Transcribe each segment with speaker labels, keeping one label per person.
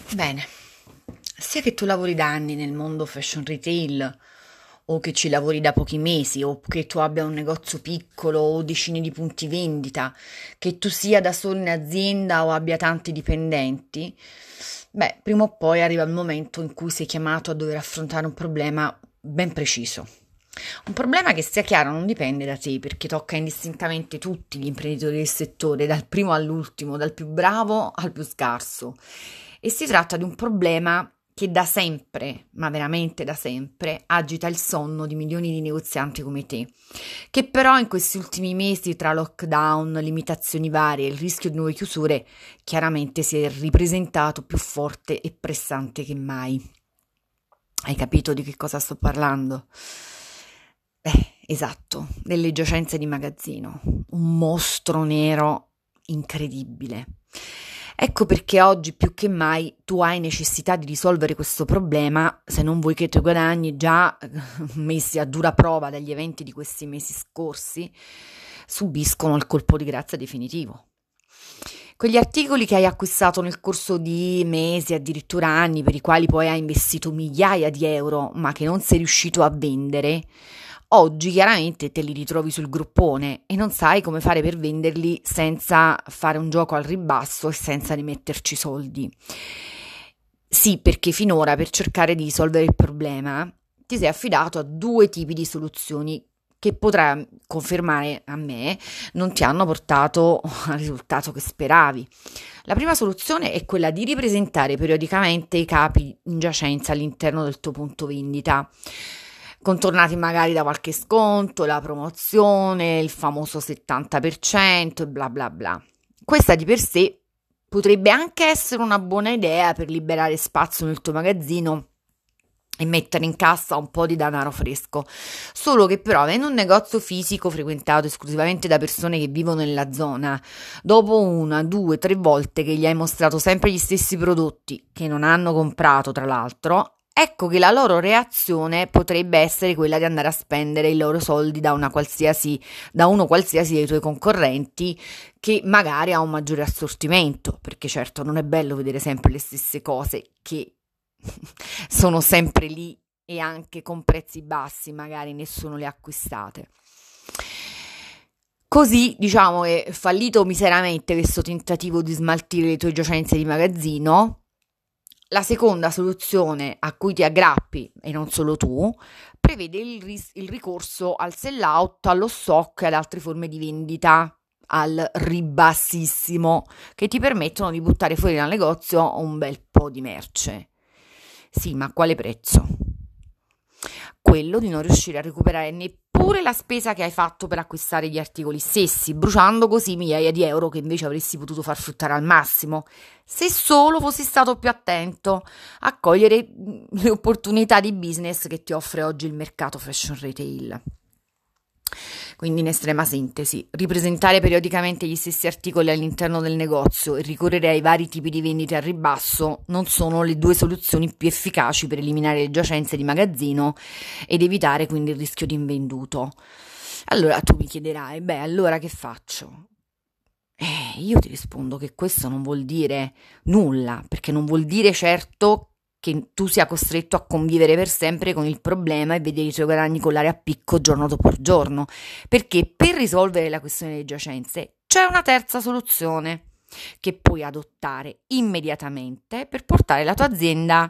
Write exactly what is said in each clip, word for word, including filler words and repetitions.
Speaker 1: Bene, sia che tu lavori da anni nel mondo fashion retail, o che ci lavori da pochi mesi, o che tu abbia un negozio piccolo o decine di punti vendita, che tu sia da solo in azienda o abbia tanti dipendenti, beh, prima o poi arriva il momento in cui sei chiamato a dover affrontare un problema ben preciso. Un problema che, sia chiaro, non dipende da te, perché tocca indistintamente tutti gli imprenditori del settore, dal primo all'ultimo, dal più bravo al più scarso. E si tratta di un problema che da sempre, ma veramente da sempre, agita il sonno di milioni di negozianti come te, che però in questi ultimi mesi, tra lockdown, limitazioni varie e il rischio di nuove chiusure, chiaramente si è ripresentato più forte e pressante che mai. Hai capito di che cosa sto parlando? Eh, esatto, delle giacenze di magazzino, un mostro nero incredibile. Ecco perché oggi più che mai tu hai necessità di risolvere questo problema, se non vuoi che i tuoi guadagni, già messi a dura prova dagli eventi di questi mesi scorsi, subiscono il colpo di grazia definitivo. Quegli articoli che hai acquistato nel corso di mesi, addirittura anni, per i quali poi hai investito migliaia di euro, ma che non sei riuscito a vendere, oggi chiaramente te li ritrovi sul groppone e non sai come fare per venderli senza fare un gioco al ribasso e senza rimetterci soldi. Sì, perché finora, per cercare di risolvere il problema, ti sei affidato a due tipi di soluzioni che, potrai confermare a me, non ti hanno portato al risultato che speravi. La prima soluzione è quella di ripresentare periodicamente i capi in giacenza all'interno del tuo punto vendita, contornati magari da qualche sconto, la promozione, il famoso settanta per cento e bla bla bla. Questa di per sé potrebbe anche essere una buona idea per liberare spazio nel tuo magazzino e mettere in cassa un po' di denaro fresco, solo che però avendo un negozio fisico frequentato esclusivamente da persone che vivono nella zona, dopo una, due, tre volte che gli hai mostrato sempre gli stessi prodotti che non hanno comprato, tra l'altro, ecco che la loro reazione potrebbe essere quella di andare a spendere i loro soldi da una qualsiasi, da uno qualsiasi dei tuoi concorrenti che magari ha un maggiore assortimento, perché certo non è bello vedere sempre le stesse cose che sono sempre lì e anche con prezzi bassi, magari nessuno le ha acquistate. Così diciamo che è fallito miseramente questo tentativo di smaltire le tue giacenze di magazzino. La seconda soluzione a cui ti aggrappi, e non solo tu, prevede il, ris- il ricorso al sell-out, allo stock e ad altre forme di vendita al ribassissimo che ti permettono di buttare fuori dal negozio un bel po' di merce. Sì, ma a quale prezzo? Quello di non riuscire a recuperare neppure la spesa che hai fatto per acquistare gli articoli stessi, bruciando così migliaia di euro che invece avresti potuto far fruttare al massimo, se solo fossi stato più attento a cogliere le opportunità di business che ti offre oggi il mercato fashion retail. Quindi, in estrema sintesi, ripresentare periodicamente gli stessi articoli all'interno del negozio e ricorrere ai vari tipi di vendite a ribasso non sono le due soluzioni più efficaci per eliminare le giacenze di magazzino ed evitare quindi il rischio di invenduto. Allora tu mi chiederai, beh, allora che faccio? Eh, io ti rispondo che questo non vuol dire nulla, perché non vuol dire certo che tu sia costretto a convivere per sempre con il problema e vedere i tuoi guadagni colare a picco giorno dopo giorno, perché per risolvere la questione delle giacenze c'è una terza soluzione che puoi adottare immediatamente per portare la tua azienda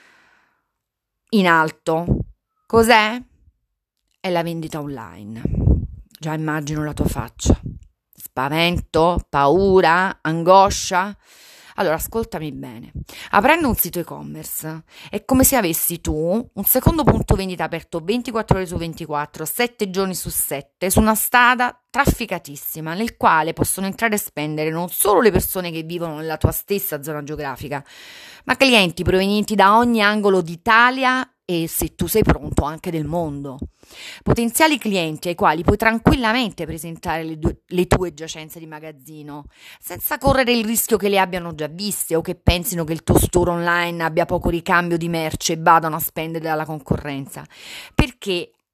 Speaker 1: in alto. Cos'è? È la vendita online. Già immagino la tua faccia. Spavento, paura, angoscia. Allora, ascoltami bene. Aprendo un sito e-commerce è come se avessi tu un secondo punto vendita aperto ventiquattro ore su ventiquattro, sette giorni su sette, su una strada trafficatissima nel quale possono entrare e spendere non solo le persone che vivono nella tua stessa zona geografica, ma clienti provenienti da ogni angolo d'Italia e, se tu sei pronto, anche del mondo. Potenziali clienti ai quali puoi tranquillamente presentare le, due, le tue giacenze di magazzino, senza correre il rischio che le abbiano già viste o che pensino che il tuo store online abbia poco ricambio di merce e vadano a spendere dalla concorrenza, perché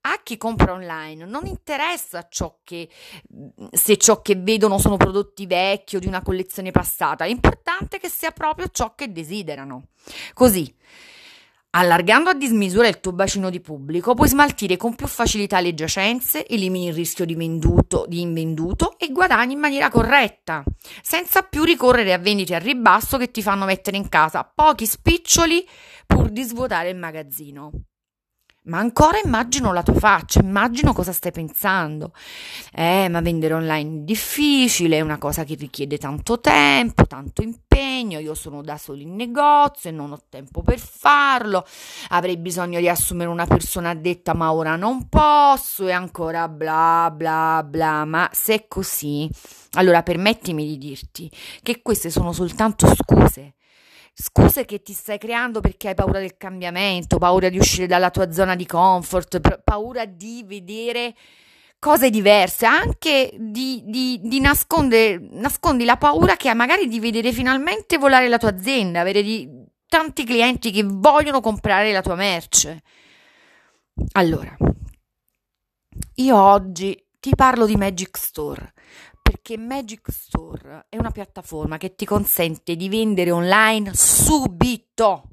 Speaker 1: A chi compra online non interessa ciò che, se ciò che vedono sono prodotti vecchi o di una collezione passata, l'importante è che sia proprio ciò che desiderano. Così, allargando a dismisura il tuo bacino di pubblico, puoi smaltire con più facilità le giacenze, elimini il rischio di venduto, di invenduto e guadagni in maniera corretta, senza più ricorrere a vendite al ribasso che ti fanno mettere in casa pochi spiccioli pur di svuotare il magazzino. Ma ancora immagino la tua faccia, immagino cosa stai pensando. Eh, ma vendere online è difficile, è una cosa che richiede tanto tempo, tanto impegno, io sono da solo in negozio e non ho tempo per farlo, avrei bisogno di assumere una persona addetta ma ora non posso e ancora bla bla bla. Ma se è così, allora permettimi di dirti che queste sono soltanto scuse. Scuse che ti stai creando perché hai paura del cambiamento, paura di uscire dalla tua zona di comfort, pa- paura di vedere cose diverse, anche di, di, di nascondere, nascondi la paura che hai magari di vedere finalmente volare la tua azienda, avere di, tanti clienti che vogliono comprare la tua merce. Allora, io oggi ti parlo di Magic Store perché Magic Store è una piattaforma che ti consente di vendere online subito,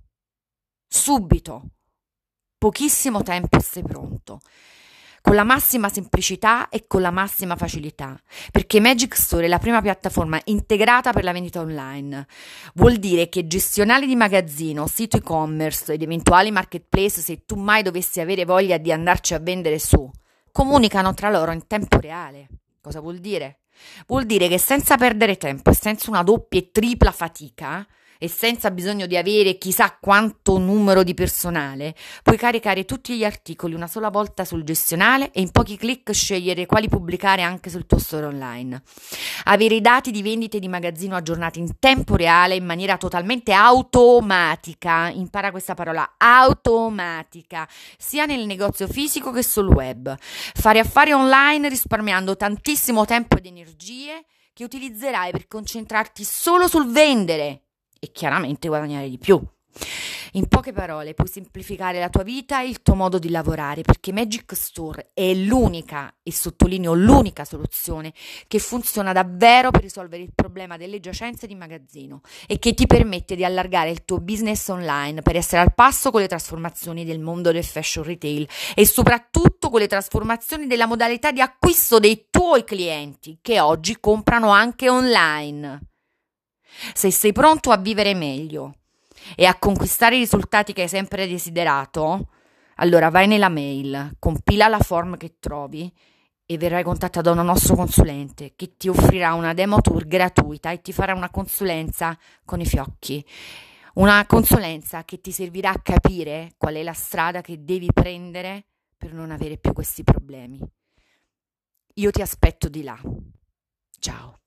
Speaker 1: subito, pochissimo tempo e sei pronto, con la massima semplicità e con la massima facilità, perché Magic Store è la prima piattaforma integrata per la vendita online. Vuol dire che gestionali di magazzino, sito e-commerce ed eventuali marketplace, se tu mai dovessi avere voglia di andarci a vendere su, comunicano tra loro in tempo reale. Cosa vuol dire? Vuol dire che senza perdere tempo e senza una doppia e tripla fatica e senza bisogno di avere chissà quanto numero di personale, puoi caricare tutti gli articoli una sola volta sul gestionale e in pochi clic scegliere quali pubblicare anche sul tuo store online. Avere i dati di vendite di magazzino aggiornati in tempo reale in maniera totalmente automatica, impara questa parola, automatica, sia nel negozio fisico che sul web. Fare affari online risparmiando tantissimo tempo ed energie che utilizzerai per concentrarti solo sul vendere e chiaramente guadagnare di più. In poche parole, puoi semplificare la tua vita e il tuo modo di lavorare perché Magic Store è l'unica, e sottolineo l'unica soluzione che funziona davvero per risolvere il problema delle giacenze di magazzino e che ti permette di allargare il tuo business online per essere al passo con le trasformazioni del mondo del fashion retail e soprattutto con le trasformazioni della modalità di acquisto dei tuoi clienti che oggi comprano anche online. Se sei pronto a vivere meglio e a conquistare i risultati che hai sempre desiderato, allora vai nella mail, compila la form che trovi e verrai contattato da un nostro consulente che ti offrirà una demo tour gratuita e ti farà una consulenza con i fiocchi. Una consulenza che ti servirà a capire qual è la strada che devi prendere per non avere più questi problemi. Io ti aspetto di là. Ciao.